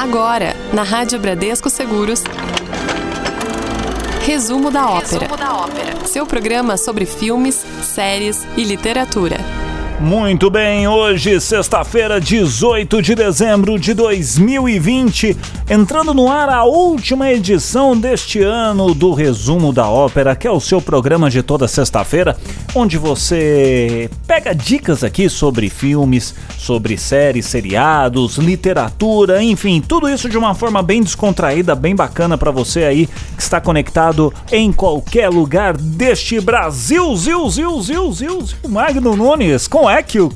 Agora, na Rádio Bradesco Seguros, Resumo da Ópera. Seu programa sobre filmes, séries e literatura. Muito bem, hoje, sexta-feira, 18 de dezembro de 2020, entrando no ar a última edição deste ano do Resumo da Ópera, que é o seu programa de toda sexta-feira, onde você pega dicas aqui sobre filmes, sobre séries, seriados, literatura, enfim, tudo isso de uma forma bem descontraída, bem bacana para você aí que está conectado em qualquer lugar deste Brasil. Magno Nunes, com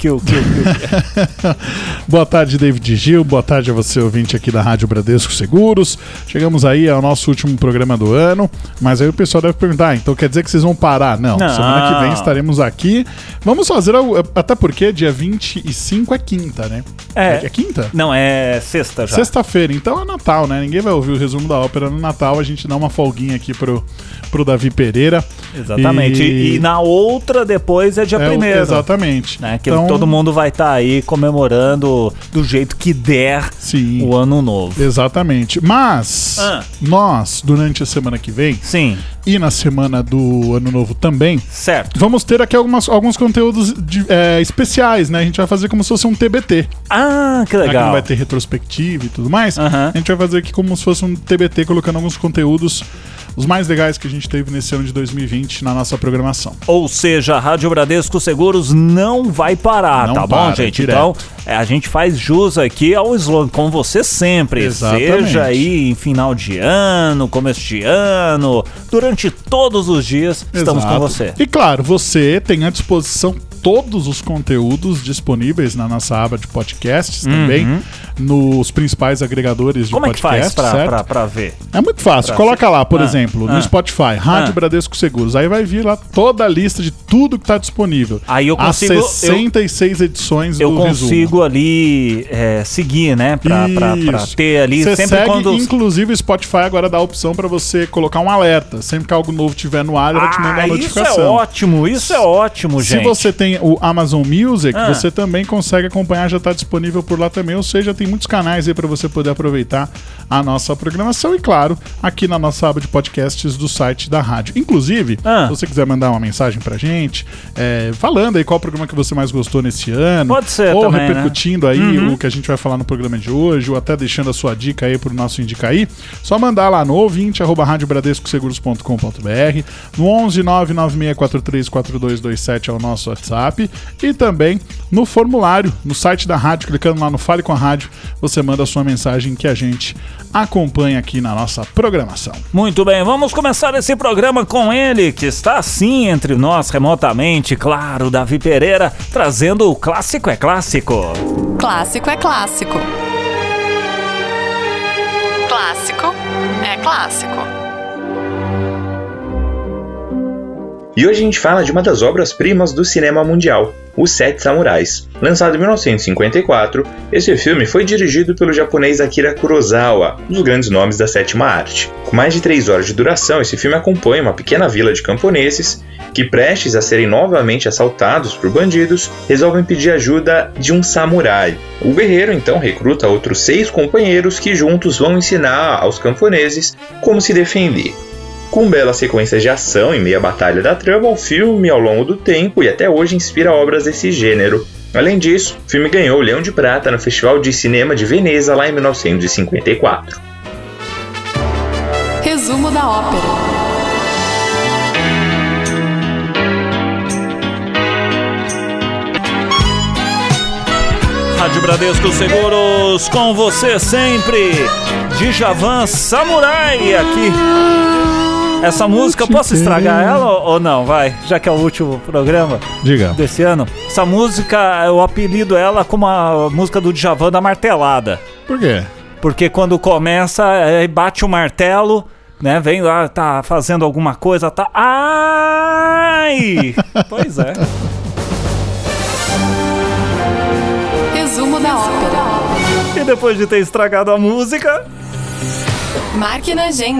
Boa tarde, David Gil. Boa tarde a você, ouvinte aqui da Rádio Bradesco Seguros. Chegamos aí ao nosso último programa do ano, mas aí o pessoal deve perguntar, então quer dizer que vocês vão parar? Não, semana que vem estaremos aqui. Vamos fazer, até porque dia 25 é quinta, né? É quinta? Não, é sexta já. Sexta-feira, então é Natal, né? Ninguém vai ouvir o Resumo da Ópera no Natal, a gente dá uma folguinha aqui pro Davi Pereira. Exatamente, e na outra depois é dia 1º. Exatamente. Né? Que então, todo mundo vai estar aí comemorando do jeito que der o ano novo. Exatamente. Mas nós, durante a semana que vem, e na semana do ano novo também, vamos ter aqui alguns conteúdos especiais, né? A gente vai fazer como se fosse um TBT. Ah, que legal. Aqui não vai ter retrospectiva e tudo mais. A gente vai fazer aqui como se fosse um TBT, colocando alguns conteúdos, os mais legais que a gente teve nesse ano de 2020 na nossa programação. Ou seja, a Rádio Bradesco Seguros não vai parar, tá bom, gente? Direto. Então, a gente faz jus aqui ao slogan, com você sempre. Exatamente. Seja aí em final de ano, começo de ano, durante todos os dias, estamos com você. E claro, você tem à disposição todos os conteúdos disponíveis na nossa aba de podcasts também, nos principais agregadores de podcast. Como é que faz pra ver? É muito fácil. Coloca lá, por exemplo, no Spotify, Rádio Bradesco Seguros. Aí vai vir lá toda a lista de tudo que está disponível. Aí eu consigo... As 66 edições do Resumo. Eu consigo ali seguir, né? Pra ter ali... Você sempre segue, quando... inclusive o Spotify agora dá a opção para você colocar um alerta. Sempre que algo novo tiver no ar, ela te manda uma notificação. Isso é ótimo, gente. Se você tem o Amazon Music, você também consegue acompanhar, já está disponível por lá também, ou seja, tem muitos canais aí para você poder aproveitar a nossa programação e, claro, aqui na nossa aba de podcasts do site da rádio. Inclusive, se você quiser mandar uma mensagem pra gente, falando aí qual programa que você mais gostou nesse ano, pode ser ou também, repercutindo aí o que a gente vai falar no programa de hoje, ou até deixando a sua dica aí pro nosso Indica aí, só mandar lá no ouvinte@radiobradescoseguros.com.br, no 11 99643 4227 é o nosso WhatsApp, e também no formulário, no site da rádio, clicando lá no Fale com a Rádio, você manda a sua mensagem que a gente acompanha aqui na nossa programação. Muito bem, vamos começar esse programa com ele, que está assim entre nós remotamente, claro, Davi Pereira, trazendo o Clássico é Clássico. Clássico é Clássico. Clássico é Clássico. E hoje a gente fala de uma das obras-primas do cinema mundial, Os Sete Samurais. Lançado em 1954, esse filme foi dirigido pelo japonês Akira Kurosawa, um dos grandes nomes da sétima arte. Com mais de 3 horas de duração, esse filme acompanha uma pequena vila de camponeses que, prestes a serem novamente assaltados por bandidos, resolvem pedir ajuda de um samurai. O guerreiro então recruta outros 6 companheiros que juntos vão ensinar aos camponeses como se defender. Com belas sequências de ação em meia batalha da trama, o filme, ao longo do tempo e até hoje, inspira obras desse gênero. Além disso, o filme ganhou o Leão de Prata no Festival de Cinema de Veneza, lá em 1954. Resumo da Ópera. Rádio Bradesco Seguros, com você sempre, Djavan Samurai aqui. Essa música, posso estragar ela ou não? Vai, já que é o último programa desse ano. Essa música, eu apelido ela como a música do Djavan da martelada. Por quê? Porque quando começa, bate o martelo, né? Vem lá, tá fazendo alguma coisa, tá... Ai! Pois é. Resumo da Ópera. E depois de ter estragado a música... Marque na agenda.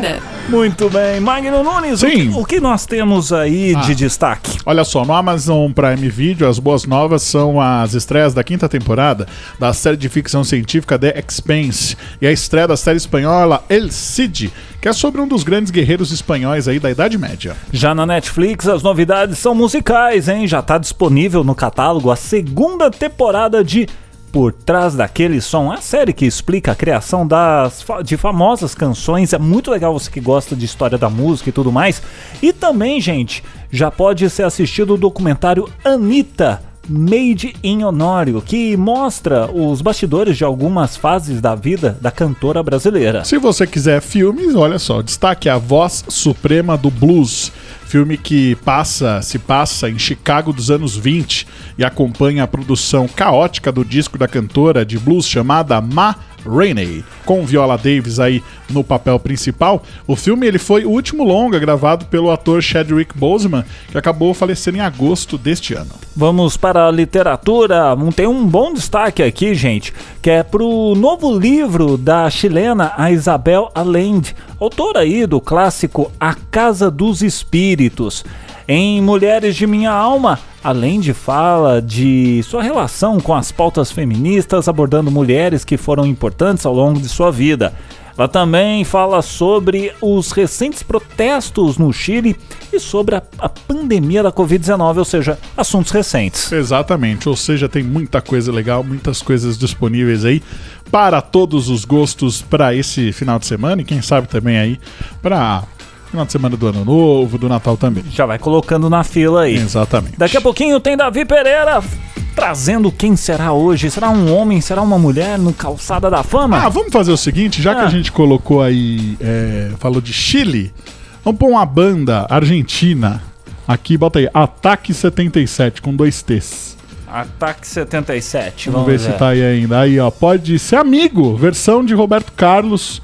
Muito bem. Magno Nunes, o que nós temos aí de destaque? Olha só, no Amazon Prime Video, as boas novas são as estreias da 5ª temporada da série de ficção científica The Expanse e a estreia da série espanhola El Cid, que é sobre um dos grandes guerreiros espanhóis aí da Idade Média. Já na Netflix, as novidades são musicais, hein? Já tá disponível no catálogo a 2ª temporada de Por Trás Daquele Som, a série que explica a criação de famosas canções. É muito legal, você que gosta de história da música e tudo mais. E também, gente, já pode ser assistido o documentário Anitta, Made in Honório, que mostra os bastidores de algumas fases da vida da cantora brasileira. Se você quiser filmes, olha só, destaque A Voz Suprema do Blues, filme que se passa em Chicago dos anos 20 e acompanha a produção caótica do disco da cantora de blues chamada Ma Rainey, com Viola Davis aí no papel principal. O filme ele foi o último longa gravado pelo ator Chadwick Boseman, que acabou falecendo em agosto deste ano. Vamos para a literatura. Tem um bom destaque aqui, gente, que é pro novo livro da chilena a Isabel Allende, autora aí do clássico A Casa dos Espíritos. Em Mulheres de Minha Alma, Allende fala de sua relação com as pautas feministas, abordando mulheres que foram importantes ao longo de sua vida. Ela também fala sobre os recentes protestos no Chile e sobre a pandemia da Covid-19, ou seja, assuntos recentes. Exatamente, ou seja, tem muita coisa legal, muitas coisas disponíveis aí para todos os gostos para esse final de semana e quem sabe também aí para final de semana do Ano Novo, do Natal também. Já vai colocando na fila aí. Exatamente. Daqui a pouquinho tem Davi Pereira trazendo quem será hoje. Será um homem, será uma mulher no Calçada da Fama? Vamos fazer o seguinte, já que a gente colocou aí, falou de Chile, vamos pôr uma banda argentina aqui, bota aí, Ataque 77, com 2 T's. Ataque 77, vamos ver se tá aí ainda. Aí, ó, Pode Ser Amigo, versão de Roberto Carlos,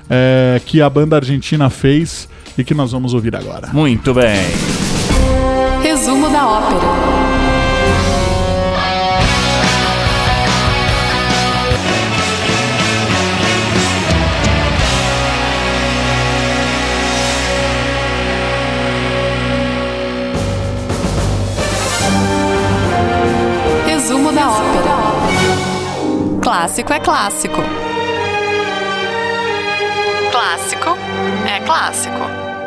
que a banda argentina fez e que nós vamos ouvir agora. Muito bem. Resumo da ópera. Resumo da ópera. Clássico é clássico. Clássico é clássico.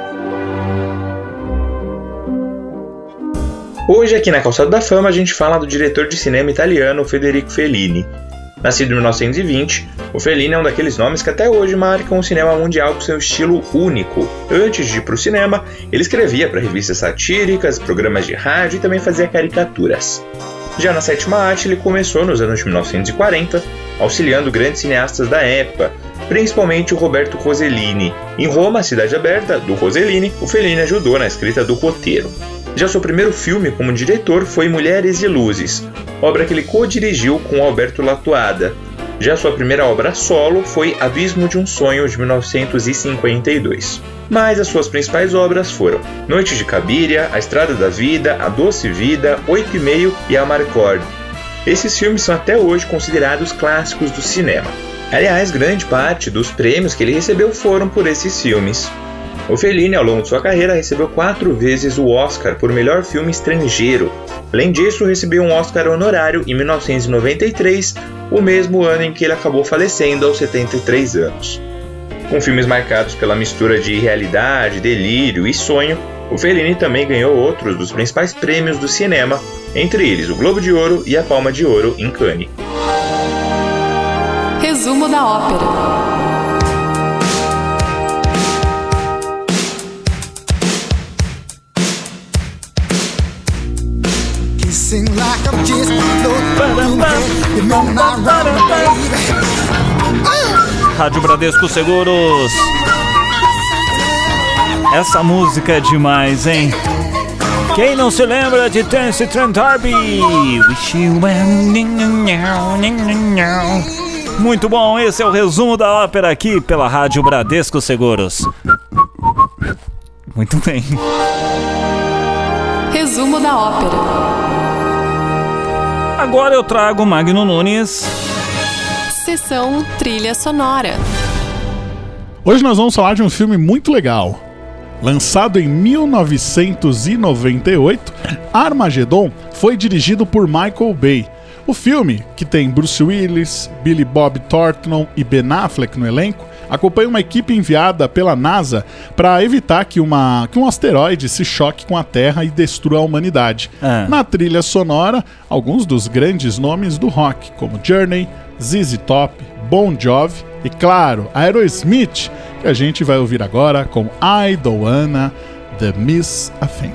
Hoje aqui na Calçada da Fama a gente fala do diretor de cinema italiano Federico Fellini. Nascido em 1920, o Fellini é um daqueles nomes que até hoje marcam o cinema mundial com seu estilo único. Antes de ir para o cinema, ele escrevia para revistas satíricas, programas de rádio e também fazia caricaturas. Já na 7ª arte ele começou nos anos de 1940, auxiliando grandes cineastas da época, principalmente o Roberto Rossellini. Em Roma, cidade aberta, do Rossellini, o Fellini ajudou na escrita do roteiro. Já seu primeiro filme como diretor foi Mulheres e Luzes, obra que ele co-dirigiu com Alberto Latuada. Já sua primeira obra solo foi Abismo de um Sonho, de 1952. Mas as suas principais obras foram Noite de Cabiria, A Estrada da Vida, A Doce Vida, 8,5 e Amarcord. Esses filmes são até hoje considerados clássicos do cinema. Aliás, grande parte dos prêmios que ele recebeu foram por esses filmes. O Fellini, ao longo de sua carreira, recebeu 4 vezes o Oscar por melhor filme estrangeiro. Além disso, recebeu um Oscar honorário em 1993, o mesmo ano em que ele acabou falecendo aos 73 anos. Com filmes marcados pela mistura de realidade, delírio e sonho, o Fellini também ganhou outros dos principais prêmios do cinema, entre eles o Globo de Ouro e a Palma de Ouro em Cannes. Resumo da ópera. Rádio Bradesco Seguros. Essa música é demais, hein? Quem não se lembra de Terence Trent D'Arby? Wish you Muito bom, esse é o resumo da ópera aqui pela Rádio Bradesco Seguros. Muito bem. Resumo da ópera. Agora eu trago Magno Nunes. Sessão Trilha Sonora. Hoje nós vamos falar de um filme muito legal. Lançado em 1998, Armageddon foi dirigido por Michael Bay. O filme, que tem Bruce Willis, Billy Bob Thornton e Ben Affleck no elenco, acompanha uma equipe enviada pela NASA para evitar que um asteroide se choque com a Terra e destrua a humanidade. Na trilha sonora, alguns dos grandes nomes do rock, como Journey, ZZ Top, Bon Jovi e, claro, Aerosmith, que a gente vai ouvir agora com I Don't Wanna The Miss a Thing.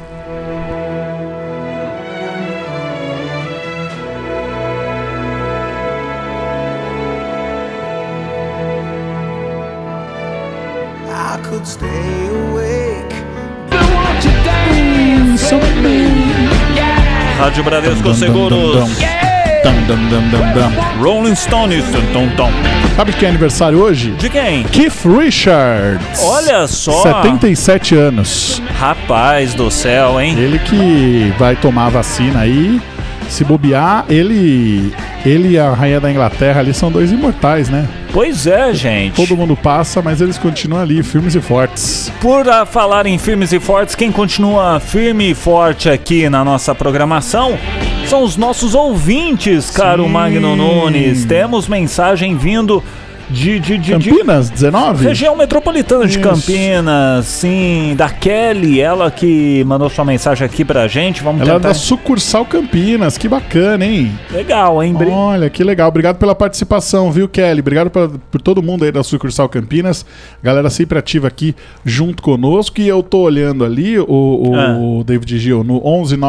Stay awake. Rádio Bradesco Seguros. Rolling Stones. Sabe que é aniversário hoje? De quem? Keith Richards. Olha só. 77 anos. Rapaz do céu, hein? Ele que vai tomar a vacina aí. Se bobear, ele e a rainha da Inglaterra ali são dois imortais, né? Pois é, gente. Todo mundo passa, mas eles continuam ali, firmes e fortes. Por falar em firmes e fortes, quem continua firme e forte aqui na nossa programação são os nossos ouvintes, caro Magno Nunes. Temos mensagem vindo de Campinas, 19? Região metropolitana de Campinas, sim, da Kelly, ela que mandou sua mensagem aqui pra gente. Vamos ela é da sucursal Campinas, que bacana, hein? Legal, hein? Olha, que legal, obrigado pela participação, viu, Kelly? Obrigado por todo mundo aí da sucursal Campinas, galera sempre ativa aqui junto conosco. E eu tô olhando ali o David Gil no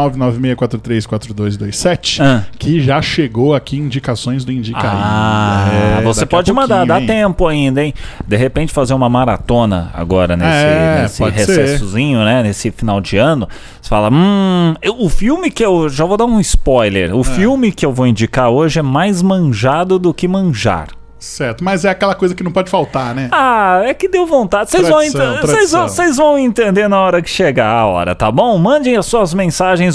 11996434227, que já chegou aqui indicações do Indica aí. Você pode mandar, dá tempo ainda, hein? De repente fazer uma maratona agora nesse recessozinho, né? Nesse final de ano. Você fala, o filme que eu... Já vou dar um spoiler. O filme que eu vou indicar hoje é mais manjado do que manjar. Certo, mas é aquela coisa que não pode faltar, né? É que deu vontade. Vocês vão entender na hora que chegar a hora, tá bom? Mandem as suas mensagens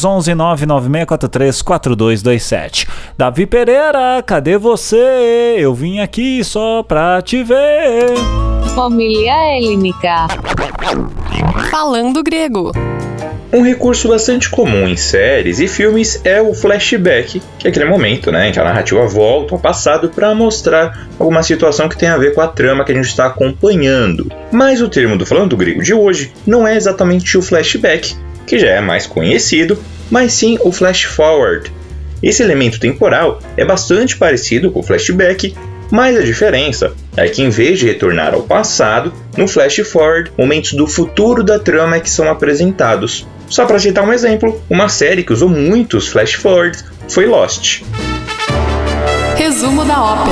11996434227. Davi Pereira, cadê você? Eu vim aqui só pra te ver. Família Helênica. Falando grego. Um recurso bastante comum em séries e filmes é o flashback, que é aquele momento, né, em que a narrativa volta ao passado para mostrar alguma situação que tem a ver com a trama que a gente está acompanhando. Mas o termo do Falando Grego de hoje não é exatamente o flashback, que já é mais conhecido, mas sim o flash forward. Esse elemento temporal é bastante parecido com o flashback, mas a diferença é que, em vez de retornar ao passado, no flash forward, momentos do futuro da trama é que são apresentados. Só para citar um exemplo, uma série que usou muitos flash forwards foi Lost. Resumo da ópera.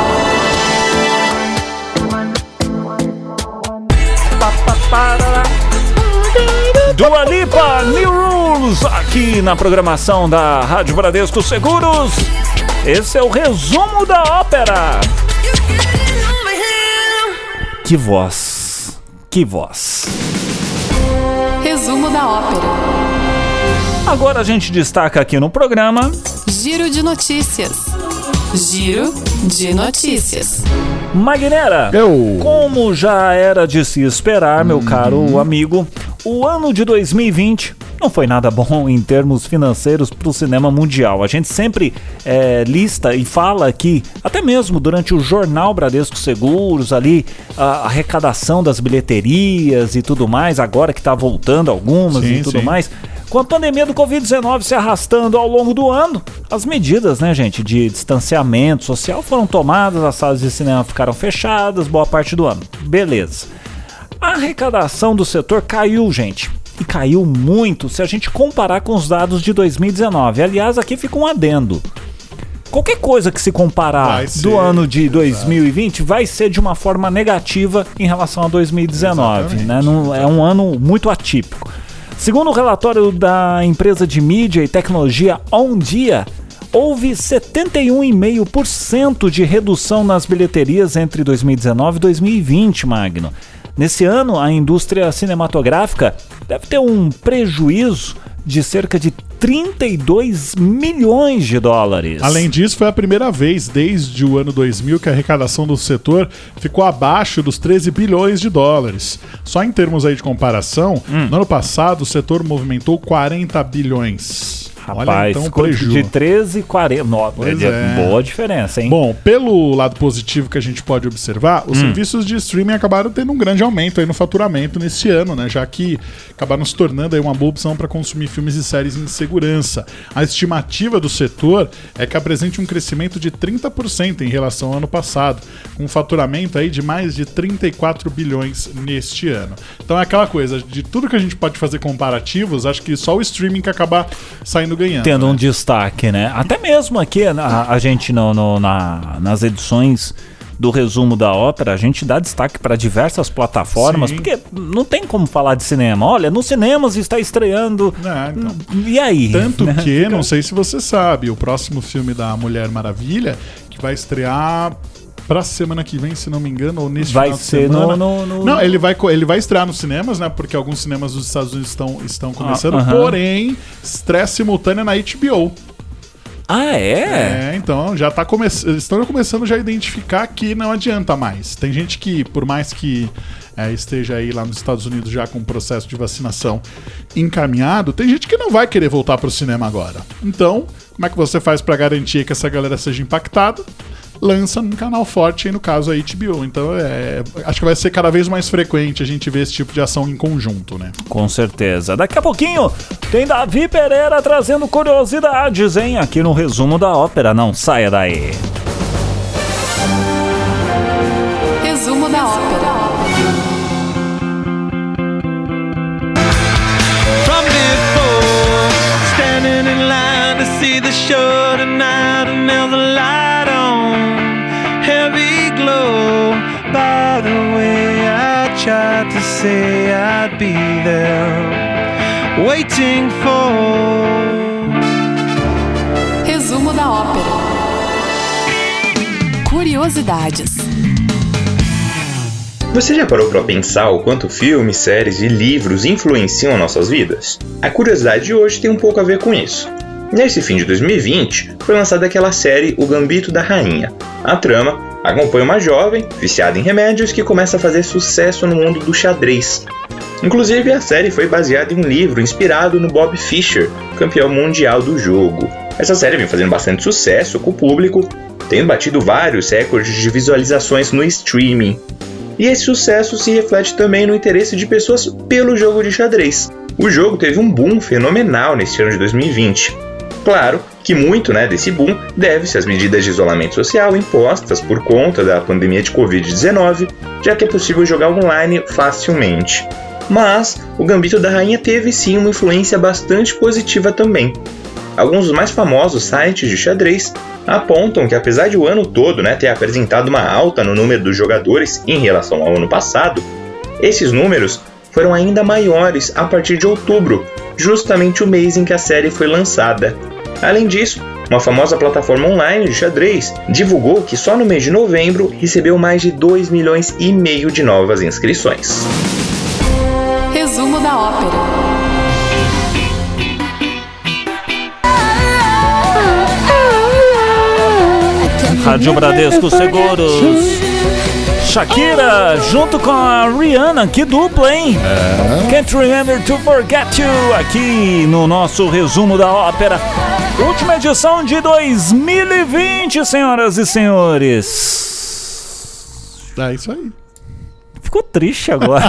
Dua Lipa, New Rules, aqui na programação da Rádio Bradesco Seguros. Esse é o resumo da ópera. Que voz, que voz. Resumo da ópera. Agora a gente destaca aqui no programa... Giro de notícias. Giro de notícias. Magnera, como já era de se esperar, meu caro amigo, o ano de 2020 não foi nada bom em termos financeiros para o cinema mundial. A gente sempre lista e fala aqui, até mesmo durante o jornal Bradesco Seguros, ali a arrecadação das bilheterias e tudo mais, agora que está voltando algumas e tudo mais. Com a pandemia do Covid-19 se arrastando ao longo do ano, as medidas, né, gente, de distanciamento social foram tomadas, as salas de cinema ficaram fechadas boa parte do ano. Beleza. A arrecadação do setor caiu, gente. E caiu muito se a gente comparar com os dados de 2019. Aliás, aqui fica um adendo. Qualquer coisa que se comparar do ano de 2020 vai ser de uma forma negativa em relação a 2019, né? É um ano muito atípico. Segundo o relatório da empresa de mídia e tecnologia Omdia, houve 71,5% de redução nas bilheterias entre 2019 e 2020, Magno. Nesse ano, a indústria cinematográfica deve ter um prejuízo de cerca de 32 milhões de dólares. Além disso, foi a primeira vez desde o ano 2000 que a arrecadação do setor ficou abaixo dos 13 bilhões de dólares. Só em termos aí de comparação, no ano passado o setor movimentou 40 bilhões. Rapaz, olha, então, ficou de 13 e 40. Boa diferença, hein? Bom, pelo lado positivo que a gente pode observar, os serviços de streaming acabaram tendo um grande aumento aí no faturamento nesse ano, né? Já que acabaram se tornando aí uma boa opção para consumir filmes e séries em segurança. A estimativa do setor é que apresente um crescimento de 30% em relação ao ano passado, com um faturamento aí de mais de 34 bilhões neste ano. Então é aquela coisa, de tudo que a gente pode fazer comparativos, acho que só o streaming que acaba saindo ganhando. Tendo um destaque, né? Até mesmo aqui, a gente nas edições do resumo da ópera, a gente dá destaque para diversas plataformas, Sim. porque não tem como falar de cinema. Olha, nos cinemas está estreando. Então. E aí? Tanto que, não sei se você sabe, o próximo filme da Mulher Maravilha, que vai estrear pra semana que vem, se não me engano, ou neste vai final de ser semana. Não, ele vai estrear nos cinemas, né? Porque alguns cinemas dos Estados Unidos estão começando, porém, estreia simultânea na HBO. Ah, é? Então já tá estão começando já a identificar que não adianta mais. Tem gente que, por mais que esteja aí lá nos Estados Unidos já com o processo de vacinação encaminhado, tem gente que não vai querer voltar pro cinema agora. Então, como é que você faz pra garantir que essa galera seja impactada? Lança num canal forte, aí no caso a HBO. Então acho que vai ser cada vez mais frequente a gente ver esse tipo de ação em conjunto, né? Com certeza. Daqui a pouquinho tem Davi Pereira trazendo curiosidades, hein? Aqui no resumo da ópera. Não saia daí. Resumo da ópera. From before, standing in line to see the show tonight, and there's a light on, heavy glow. By the way, I tried to say I'd be there, waiting for. Resumo da ópera. Curiosidades. Você já parou para pensar o quanto filmes, séries e livros influenciam nossas vidas? A curiosidade de hoje tem um pouco a ver com isso. Nesse fim de 2020, foi lançada aquela série O Gambito da Rainha. A trama acompanha uma jovem, viciada em remédios, que começa a fazer sucesso no mundo do xadrez. Inclusive, a série foi baseada em um livro inspirado no Bob Fischer, campeão mundial do jogo. Essa série vem fazendo bastante sucesso com o público, tendo batido vários recordes de visualizações no streaming. E esse sucesso se reflete também no interesse de pessoas pelo jogo de xadrez. O jogo teve um boom fenomenal neste ano de 2020. Claro que muito desse boom deve-se às medidas de isolamento social impostas por conta da pandemia de Covid-19, já que é possível jogar online facilmente. Mas o Gambito da Rainha teve sim uma influência bastante positiva também. Alguns dos mais famosos sites de xadrez apontam que, apesar de o ano todo ter apresentado uma alta no número dos jogadores em relação ao ano passado, esses números foram ainda maiores a partir de outubro, justamente o mês em que a série foi lançada. Além disso, uma famosa plataforma online de xadrez divulgou que só no mês de novembro recebeu mais de 2,5 milhões de novas inscrições. Resumo da ópera. Rádio Bradesco Seguros. Shakira junto com a Rihanna, que dupla, hein? Can't Remember to Forget You, aqui no nosso resumo da ópera. Última edição de 2020, senhoras e senhores. É isso aí. Ficou triste agora.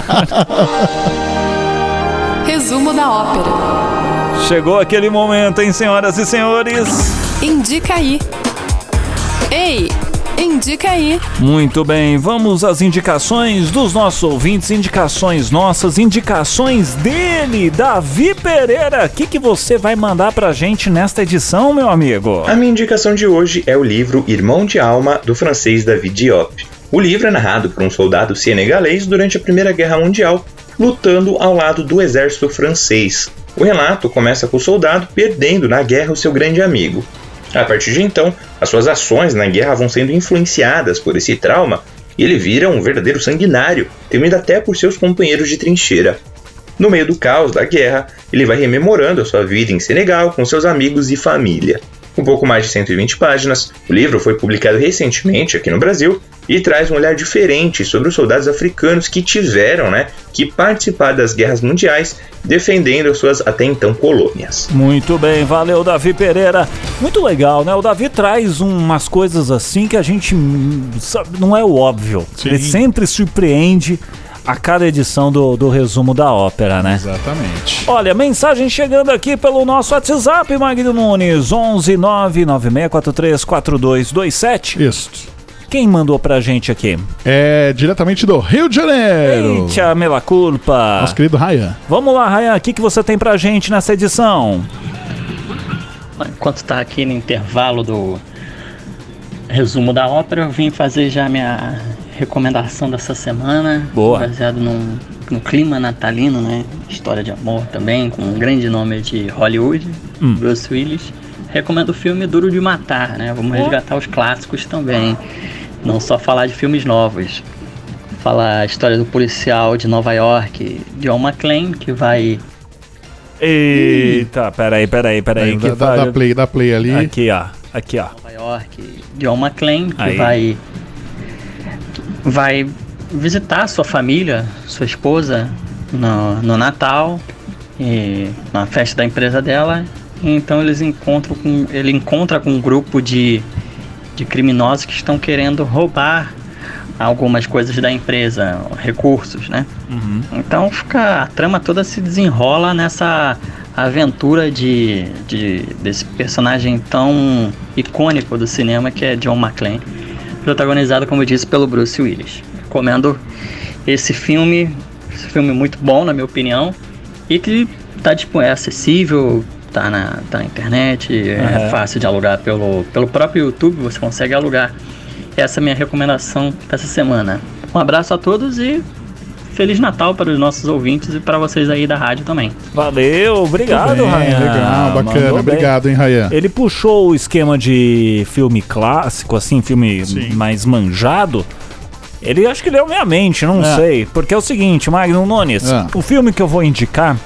Resumo da ópera. Chegou aquele momento, hein, senhoras e senhores? Indica aí. Ei, indica aí. Muito bem, vamos às indicações dos nossos ouvintes, indicações nossas, indicações dele, Davi Pereira. O que você vai mandar pra gente nesta edição, meu amigo? A minha indicação de hoje é o livro Irmão de Alma, do francês David Diop. O livro é narrado por um soldado senegalês durante a Primeira Guerra Mundial, lutando ao lado do exército francês. O relato começa com o soldado perdendo na guerra o seu grande amigo. A partir de então, as suas ações na guerra vão sendo influenciadas por esse trauma e ele vira um verdadeiro sanguinário, temido até por seus companheiros de trincheira. No meio do caos da guerra, ele vai rememorando a sua vida em Senegal com seus amigos e família. Com pouco mais de 120 páginas, o livro foi publicado recentemente aqui no Brasil e traz um olhar diferente sobre os soldados africanos que tiveram, que participar das guerras mundiais, defendendo suas até então colônias. Muito bem, valeu, Davi Pereira. Muito legal, né? O Davi traz umas coisas assim que a gente sabe, não é o óbvio. Sim. Ele sempre surpreende a cada edição do resumo da ópera, né? Exatamente. Olha, mensagem chegando aqui pelo nosso WhatsApp, Magno Nunes, 11996434227. Isso. Quem mandou pra gente aqui? É diretamente do Rio de Janeiro. Eita, mela culpa. Nosso querido Ryan. Vamos lá, Ryan, o que você tem pra gente nessa edição? Enquanto tá aqui no intervalo do resumo da ópera, eu vim fazer já minha recomendação dessa semana. Boa. Baseado no clima natalino, né? História de amor também, com um grande nome de Hollywood, Bruce Willis. Recomendo o filme Duro de Matar, né? Vamos resgatar os clássicos também. Não só falar de filmes novos. Falar a história do policial de Nova York, John McClane, que vai... Eita, peraí. Dá play ali. Aqui, ó. Nova York, John McClane, que vai visitar sua família, sua esposa, no Natal, e na festa da empresa dela. E então ele encontra com um grupo de criminosos que estão querendo roubar algumas coisas da empresa, recursos, né? Uhum. Então a trama toda se desenrola nessa aventura desse personagem tão icônico do cinema que é John McClane, protagonizado, como eu disse, pelo Bruce Willis. Recomendo esse filme muito bom, na minha opinião, e que é acessível, tá na internet, é fácil de alugar pelo próprio YouTube, você consegue alugar. Essa é a minha recomendação dessa semana. Um abraço a todos e Feliz Natal para os nossos ouvintes e para vocês aí da rádio também. Valeu, obrigado, Ryan. Legal, bacana, obrigado, hein, Ryan. Ele puxou o esquema de filme clássico, assim, filme mais manjado. Ele acho que leu minha mente, não sei. Porque é o seguinte, Magno Nunes, o filme que eu vou indicar,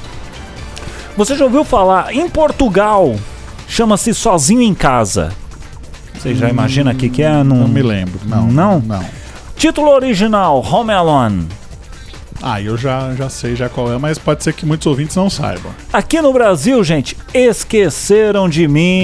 você já ouviu falar, em Portugal, chama-se Sozinho em Casa. Você já imagina o que é? Não me lembro, não. Título original, Home Alone. Eu já sei qual é, mas pode ser que muitos ouvintes não saibam. Aqui no Brasil, gente, Esqueceram de Mim,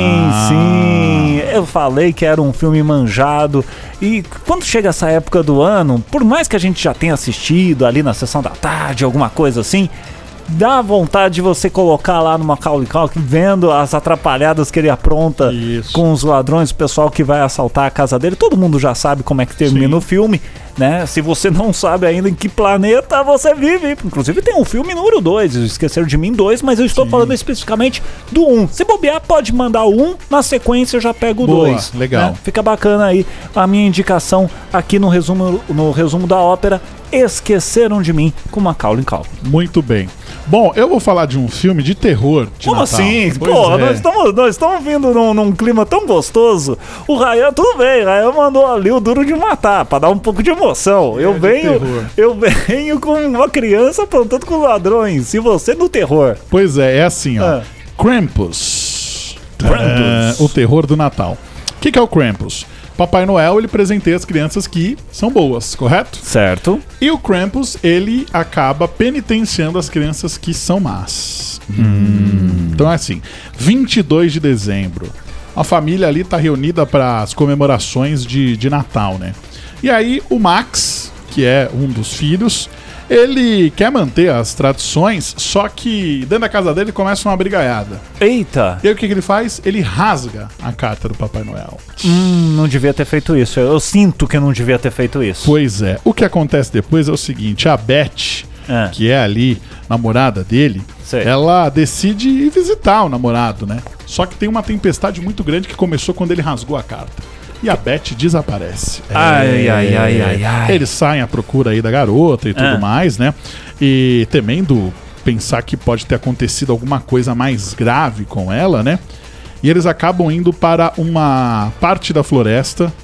sim. Eu falei que era um filme manjado. E quando chega essa época do ano, por mais que a gente já tenha assistido ali na sessão da tarde, alguma coisa assim, dá vontade de você colocar lá no Macaulay Culkin, vendo as atrapalhadas que ele apronta com os ladrões, o pessoal que vai assaltar a casa dele. Todo mundo já sabe como é que termina o filme, né? Se você não sabe ainda em que planeta você vive. Inclusive tem um filme número 2, Esqueceram de Mim 2, mas eu estou falando especificamente do 1. Se bobear, pode mandar o 1, na sequência eu já pego o 2. Legal. Né? Fica bacana aí a minha indicação aqui no resumo da ópera, Esqueceram de Mim, com Macaulay Culkin. Muito bem. Bom, eu vou falar de um filme de terror de Como Natal. assim? Pô, nós estamos vindo num clima tão gostoso. O Ryan, tudo bem, o Ryan mandou ali o Duro de Matar, pra dar um pouco de emoção. Eu venho com uma criança aprontando com ladrões, e você no terror. Pois é assim, ó. Krampus. O terror do Natal. O que é o Krampus? Papai Noel, ele presenteia as crianças que são boas, correto? Certo. E o Krampus, ele acaba penitenciando as crianças que são más. Então é assim, 22 de dezembro, a família ali tá reunida para as comemorações de Natal, né? E aí o Max, que é um dos filhos, ele quer manter as tradições, só que dentro da casa dele começa uma brigaiada. Eita! E aí o que ele faz? Ele rasga a carta do Papai Noel. Não devia ter feito isso. Eu sinto que não devia ter feito isso. Pois é. O que acontece depois é o seguinte, a Beth, que é ali namorada dele, ela decide ir visitar o namorado, né? Só que tem uma tempestade muito grande que começou quando ele rasgou a carta. E a Beth desaparece. Ai. Eles saem à procura aí da garota e tudo mais, né? E temendo pensar que pode ter acontecido alguma coisa mais grave com ela, né? E eles acabam indo para uma parte da floresta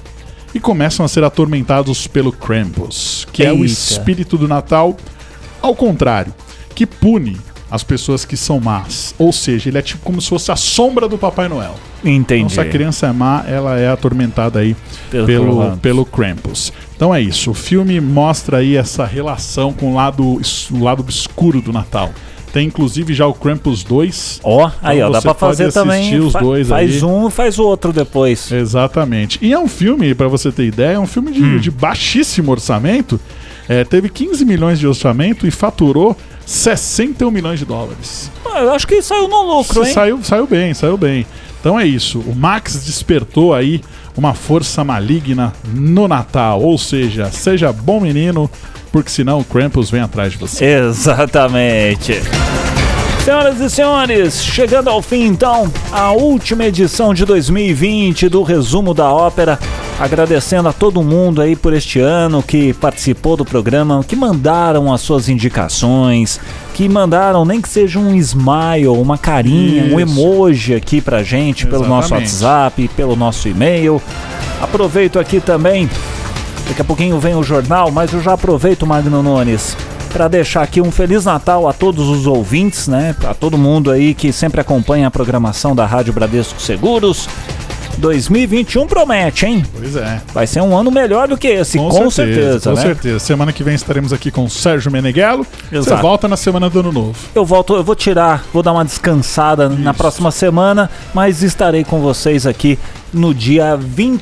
e começam a ser atormentados pelo Krampus, que é o espírito do Natal ao contrário, que pune as pessoas que são más. Ou seja, ele é tipo como se fosse a sombra do Papai Noel. Entendi. Então, se a criança é má, ela é atormentada aí pelo Krampus. Então é isso. O filme mostra aí essa relação com o lado obscuro do Natal. Tem inclusive já o Krampus 2. Aí, ó, dá pra fazer também. Os dois faz um, faz o outro depois. Exatamente. E é um filme, pra você ter ideia, é um filme de baixíssimo orçamento. Teve 15 milhões de orçamento e faturou 61 milhões de dólares. Eu acho que saiu no lucro, hein? Saiu bem. Então é isso. O Max despertou aí uma força maligna no Natal. Ou seja bom menino, porque senão o Krampus vem atrás de você. Exatamente. Senhoras e senhores, chegando ao fim então, a última edição de 2020 do Resumo da Ópera. Agradecendo a todo mundo aí por este ano que participou do programa, que mandaram as suas indicações, que mandaram nem que seja um smile, uma carinha, um emoji aqui pra gente, pelo nosso WhatsApp, pelo nosso e-mail. Aproveito aqui também, daqui a pouquinho vem o jornal, mas eu já aproveito, Magno Nunes, para deixar aqui um Feliz Natal a todos os ouvintes, né? A todo mundo aí que sempre acompanha a programação da Rádio Bradesco Seguros. 2021 promete, hein? Pois é. Vai ser um ano melhor do que esse, com certeza. Com certeza. Semana que vem estaremos aqui com o Sérgio Meneghello. Exato. Você volta na semana do Ano Novo. Eu vou dar uma descansada na próxima semana, mas estarei com vocês aqui no dia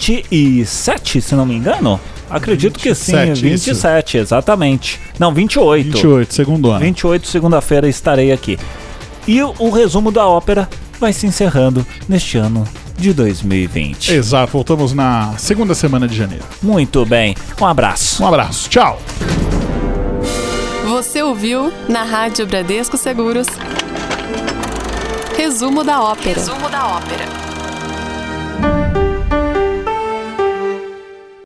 27, se não me engano. Acredito 27, que sim, 27, isso. Exatamente. Não, 28. 28, segundo ano. 28, segunda-feira estarei aqui. E o resumo da ópera vai se encerrando neste ano de 2020. Exato, voltamos na segunda semana de janeiro. Muito bem, um abraço. Um abraço, tchau. Você ouviu na Rádio Bradesco Seguros Resumo da Ópera. Resumo da Ópera.